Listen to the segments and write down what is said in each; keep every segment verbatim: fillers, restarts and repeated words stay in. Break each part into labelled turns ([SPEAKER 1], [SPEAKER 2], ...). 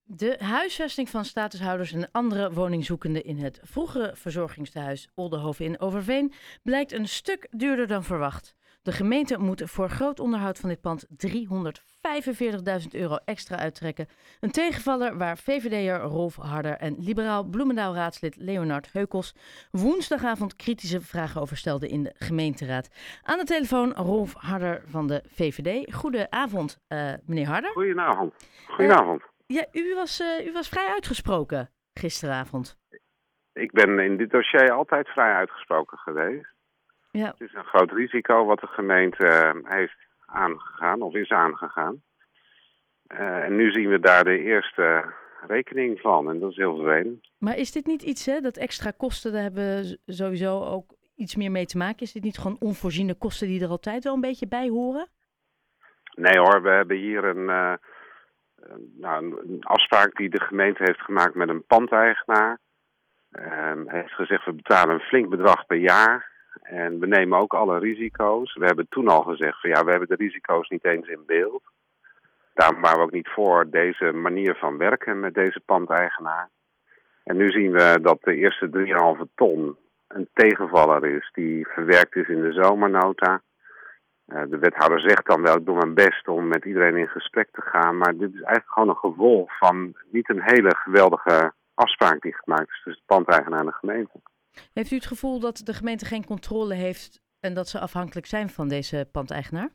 [SPEAKER 1] De huisvesting van statushouders en andere woningzoekenden in het vroegere verzorgingstehuis Oldenhoven in Overveen blijkt een stuk duurder dan verwacht. De gemeente moet voor groot onderhoud van dit pand driehonderdvijfenveertigduizend euro extra uittrekken. Een tegenvaller waar V V D'er Rolf Harder en liberaal Bloemendaal-raadslid Leonard Heukels woensdagavond kritische vragen over stelden in de gemeenteraad. Aan de telefoon Rolf Harder van de V V D. Goedenavond, uh, meneer Harder.
[SPEAKER 2] Goedenavond. Goedenavond. Uh,
[SPEAKER 1] ja, u was, uh, u was vrij uitgesproken gisteravond.
[SPEAKER 2] Ik ben in dit dossier altijd vrij uitgesproken geweest. Ja. Het is een groot risico wat de gemeente uh, heeft aangegaan of is aangegaan. Uh, en nu zien we daar de eerste rekening van en dat is heel vervelend.
[SPEAKER 1] Maar is dit niet iets, hè, dat extra kosten, daar hebben we sowieso ook iets meer mee te maken? Is dit niet gewoon onvoorziene kosten die er altijd wel een beetje bij horen?
[SPEAKER 2] Nee hoor, we hebben hier een, uh, nou, een afspraak die de gemeente heeft gemaakt met een pandeigenaar. Uh, hij heeft gezegd, we betalen een flink bedrag per jaar. En we nemen ook alle risico's. We hebben toen al gezegd van ja, we hebben de risico's niet eens in beeld. Daarom waren we ook niet voor deze manier van werken met deze pandeigenaar. En nu zien we dat de eerste drie komma vijf ton een tegenvaller is die verwerkt is in de zomernota. Uh, de wethouder zegt dan wel, ik doe mijn best om met iedereen in gesprek te gaan. Maar dit is eigenlijk gewoon een gevolg van niet een hele geweldige afspraak die gemaakt is tussen de pandeigenaar en de gemeente.
[SPEAKER 1] Heeft u het gevoel dat de gemeente geen controle heeft en dat ze afhankelijk zijn van deze pandeigenaar?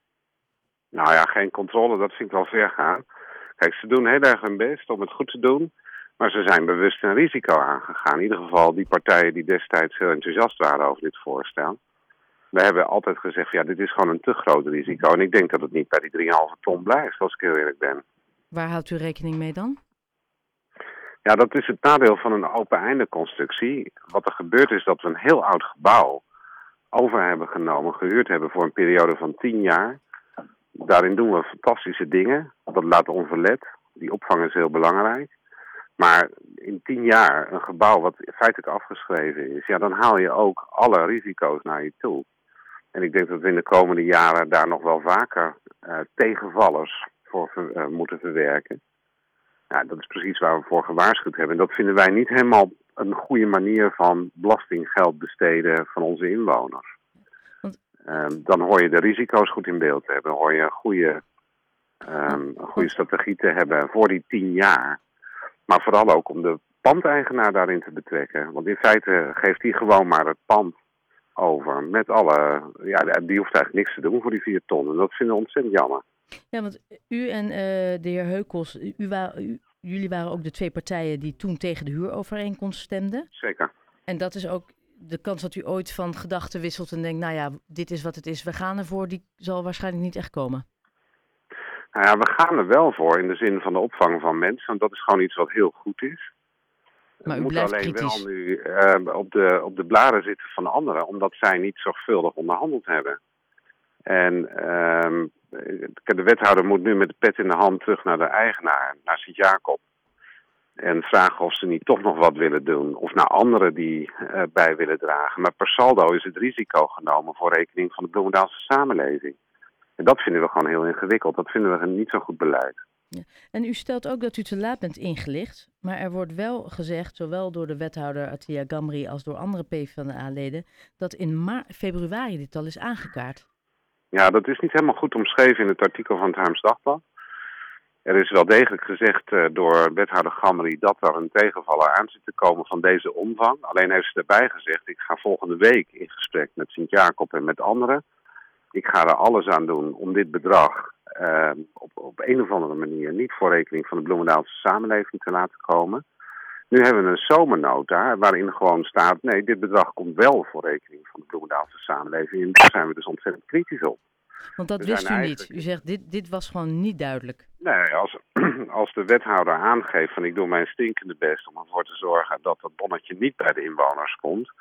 [SPEAKER 2] Nou ja, geen controle, dat vind ik wel ver gaan. Kijk, ze doen heel erg hun best om het goed te doen, maar ze zijn bewust een risico aangegaan. In ieder geval die partijen die destijds heel enthousiast waren over dit voorstel. We hebben altijd gezegd, ja, dit is gewoon een te groot risico. En ik denk dat het niet bij die drie komma vijf ton blijft, als ik heel eerlijk ben.
[SPEAKER 1] Waar houdt u rekening mee dan?
[SPEAKER 2] Ja, dat is het nadeel van een open-einde constructie. Wat er gebeurt is dat we een heel oud gebouw over hebben genomen, gehuurd hebben voor een periode van tien jaar. Daarin doen we fantastische dingen. Dat laat onverlet. Die opvang is heel belangrijk. Maar in tien jaar een gebouw wat feitelijk afgeschreven is, ja, dan haal je ook alle risico's naar je toe. En ik denk dat we in de komende jaren daar nog wel vaker uh, tegenvallers voor ver, uh, moeten verwerken. Ja, dat is precies waar we voor gewaarschuwd hebben. En dat vinden wij niet helemaal een goede manier van belastinggeld besteden van onze inwoners. Want... Um, dan hoor je de risico's goed in beeld te hebben. Dan hoor je een goede, um, een goede strategie te hebben voor die tien jaar. Maar vooral ook om de pandeigenaar daarin te betrekken. Want in feite geeft hij gewoon maar het pand over. Met alle, ja, die hoeft eigenlijk niks te doen voor die vier ton. En dat vinden we ontzettend jammer.
[SPEAKER 1] Ja, want u en uh, de heer Heukels, u waren, u, jullie waren ook de twee partijen die toen tegen de huurovereenkomst stemden.
[SPEAKER 2] Zeker.
[SPEAKER 1] En dat is ook de kans dat u ooit van gedachten wisselt en denkt, nou ja, dit is wat het is, we gaan ervoor, die zal waarschijnlijk niet echt komen.
[SPEAKER 2] Nou ja, we gaan er wel voor in de zin van de opvang van mensen, want dat is gewoon iets wat heel goed is.
[SPEAKER 1] Maar u
[SPEAKER 2] we
[SPEAKER 1] blijft
[SPEAKER 2] moeten alleen
[SPEAKER 1] kritisch.
[SPEAKER 2] wel nu uh, op, de, op de blaren zitten van anderen, omdat zij niet zorgvuldig onderhandeld hebben. En uh, de wethouder moet nu met de pet in de hand terug naar de eigenaar, naar Sint-Jacob. En vragen of ze niet toch nog wat willen doen. Of naar anderen die uh, bij willen dragen. Maar per saldo is het risico genomen voor rekening van de Bloemendaalse samenleving. En dat vinden we gewoon heel ingewikkeld. Dat vinden we niet zo goed beleid.
[SPEAKER 1] Ja. En u stelt ook dat u te laat bent ingelicht. Maar er wordt wel gezegd, zowel door de wethouder Atiya Gamri als door andere PvdA-leden, dat in ma- februari dit al is aangekaart.
[SPEAKER 2] Ja, dat is niet helemaal goed omschreven in het artikel van het Haarlems Dagblad. Er is wel degelijk gezegd uh, door wethouder Gamri dat er een tegenvaller aan zit te komen van deze omvang. Alleen heeft ze erbij gezegd, ik ga volgende week in gesprek met Sint-Jacob en met anderen. Ik ga er alles aan doen om dit bedrag uh, op, op een of andere manier niet voor rekening van de Bloemendaalse samenleving te laten komen. Nu hebben we een zomernota waarin gewoon staat, nee, dit bedrag komt wel voor rekening van de Bloemendaalse samenleving. En daar zijn we dus ontzettend kritisch op.
[SPEAKER 1] Want dat wist u niet. U zegt, dit, dit was gewoon niet duidelijk.
[SPEAKER 2] Nee, als, als de wethouder aangeeft van ik doe mijn stinkende best om ervoor te zorgen dat dat bonnetje niet bij de inwoners komt.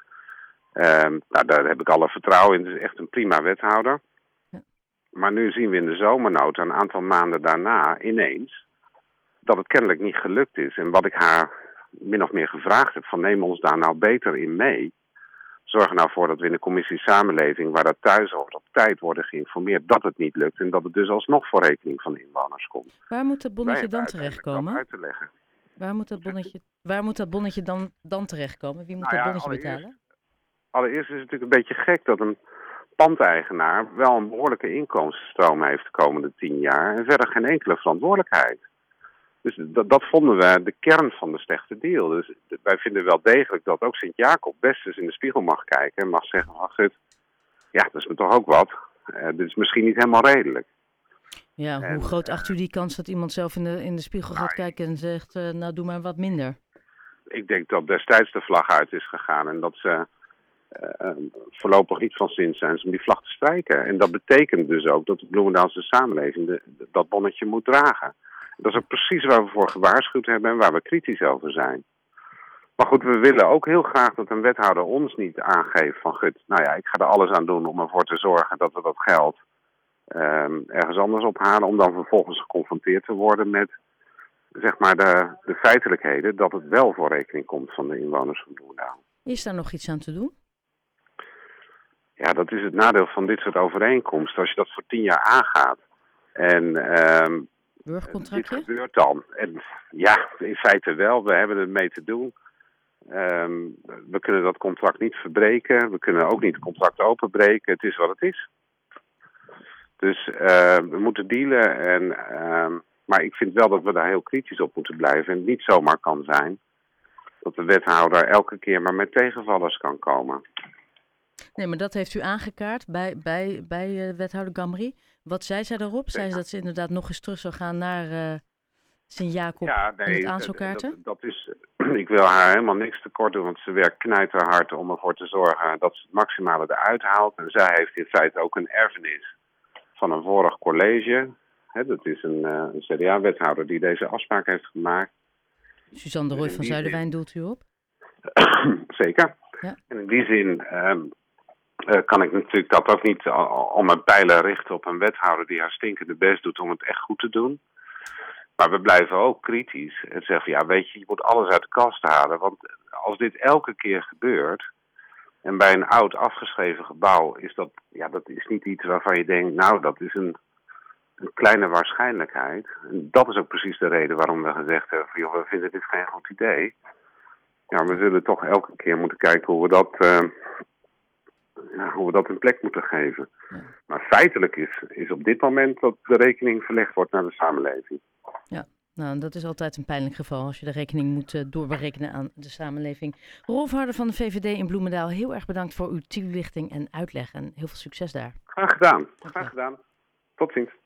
[SPEAKER 2] Um, nou, daar heb ik alle vertrouwen in. Het is echt een prima wethouder. Ja. Maar nu zien we in de zomernota een aantal maanden daarna ineens dat het kennelijk niet gelukt is. En wat ik haar min of meer gevraagd heb van neem ons daar nou beter in mee. zorg er nou voor dat we in de commissie Samenleving, waar dat thuis hoort, op tijd worden geïnformeerd dat het niet lukt. En dat het dus alsnog voor rekening van de inwoners komt.
[SPEAKER 1] Waar moet dat bonnetje
[SPEAKER 2] Wij
[SPEAKER 1] dan
[SPEAKER 2] hebben uiteindelijk
[SPEAKER 1] terechtkomen?
[SPEAKER 2] dat uit te leggen.
[SPEAKER 1] Waar moet dat bonnetje, waar moet dat bonnetje dan, dan terechtkomen? Wie moet
[SPEAKER 2] Nou
[SPEAKER 1] dat
[SPEAKER 2] ja,
[SPEAKER 1] bonnetje
[SPEAKER 2] allereerst-
[SPEAKER 1] betalen?
[SPEAKER 2] Allereerst is het natuurlijk een beetje gek dat een pandeigenaar wel een behoorlijke inkomensstroom heeft de komende tien jaar en verder geen enkele verantwoordelijkheid. Dus dat, dat vonden we de kern van de slechte deal. Dus wij vinden wel degelijk dat ook Sint-Jacob best eens in de spiegel mag kijken en mag zeggen, ach gut, ja, dat is me toch ook wat. Uh, dit is misschien niet helemaal redelijk.
[SPEAKER 1] Ja,
[SPEAKER 2] En,
[SPEAKER 1] hoe groot
[SPEAKER 2] uh,
[SPEAKER 1] acht u die kans dat iemand zelf in de, in de spiegel gaat
[SPEAKER 2] nou,
[SPEAKER 1] kijken en zegt, uh, nou doe maar wat minder?
[SPEAKER 2] Ik denk dat destijds de vlag uit is gegaan en dat ze uh, voorlopig niet van zins zijn om die vlag te strijken. En dat betekent dus ook dat de Bloemendaalse samenleving de, de, dat bonnetje moet dragen. Dat is ook precies waar we voor gewaarschuwd hebben en waar we kritisch over zijn. Maar goed, we willen ook heel graag dat een wethouder ons niet aangeeft van gut, nou ja, ik ga er alles aan doen om ervoor te zorgen dat we dat geld um, ergens anders ophalen, om dan vervolgens geconfronteerd te worden met zeg maar de, de feitelijkheden dat het wel voor rekening komt van de inwoners van Bloemendaal.
[SPEAKER 1] Is daar nog iets aan te doen?
[SPEAKER 2] Ja, dat is het nadeel van dit soort overeenkomsten. Als je dat voor tien jaar aangaat en um, dit
[SPEAKER 1] Burgercontractje?
[SPEAKER 2] gebeurt dan. En ja, in feite wel. We hebben er mee te doen. Um, we kunnen dat contract niet verbreken. We kunnen ook niet het contract openbreken. Het is wat het is. Dus uh, we moeten dealen. En, uh, maar ik vind wel dat we daar heel kritisch op moeten blijven. En het niet zomaar kan zijn dat de wethouder elke keer maar met tegenvallers kan komen.
[SPEAKER 1] Nee, maar dat heeft u aangekaart bij, bij, bij uh, wethouder Gamri. Wat zei zij daarop? Zei ze dat ze inderdaad nog eens terug zou gaan naar uh, Sint-Jacob
[SPEAKER 2] ja,
[SPEAKER 1] en
[SPEAKER 2] nee,
[SPEAKER 1] het aanzoekkaarten?
[SPEAKER 2] Dat, dat is, ik wil haar helemaal niks tekort doen, want ze werkt knijterhard om ervoor te zorgen dat ze het maximale eruit haalt. En zij heeft in feite ook een erfenis van een vorig college. He, dat is een, uh, een C D A-wethouder die deze afspraak heeft gemaakt.
[SPEAKER 1] Suzanne de Roy van Zuiderwijn doelt u op?
[SPEAKER 2] Zeker.
[SPEAKER 1] Ja.
[SPEAKER 2] En in die zin um, uh, kan ik natuurlijk dat ook niet al, al mijn pijlen richten op een wethouder die haar stinkende best doet om het echt goed te doen. Maar we blijven ook kritisch en zeggen, ja weet je, je moet alles uit de kast halen. Want als dit elke keer gebeurt, en bij een oud afgeschreven gebouw is dat, ja, dat is niet iets waarvan je denkt, nou dat is een, een kleine waarschijnlijkheid. En dat is ook precies de reden waarom we gezegd hebben, joh, we vinden dit geen goed idee. Ja, we zullen toch elke keer moeten kijken hoe we dat, uh, ja, hoe we dat een plek moeten geven.
[SPEAKER 1] Ja.
[SPEAKER 2] Maar feitelijk is, is op dit moment dat de rekening verlegd wordt naar de samenleving.
[SPEAKER 1] Ja, nou dat is altijd een pijnlijk geval als je de rekening moet uh, doorberekenen aan de samenleving. Rolf Harder van de V V D in Bloemendaal, heel erg bedankt voor uw toelichting en uitleg en heel veel succes daar.
[SPEAKER 2] Graag gedaan,
[SPEAKER 1] Dank
[SPEAKER 2] graag
[SPEAKER 1] je.
[SPEAKER 2] gedaan. Tot ziens.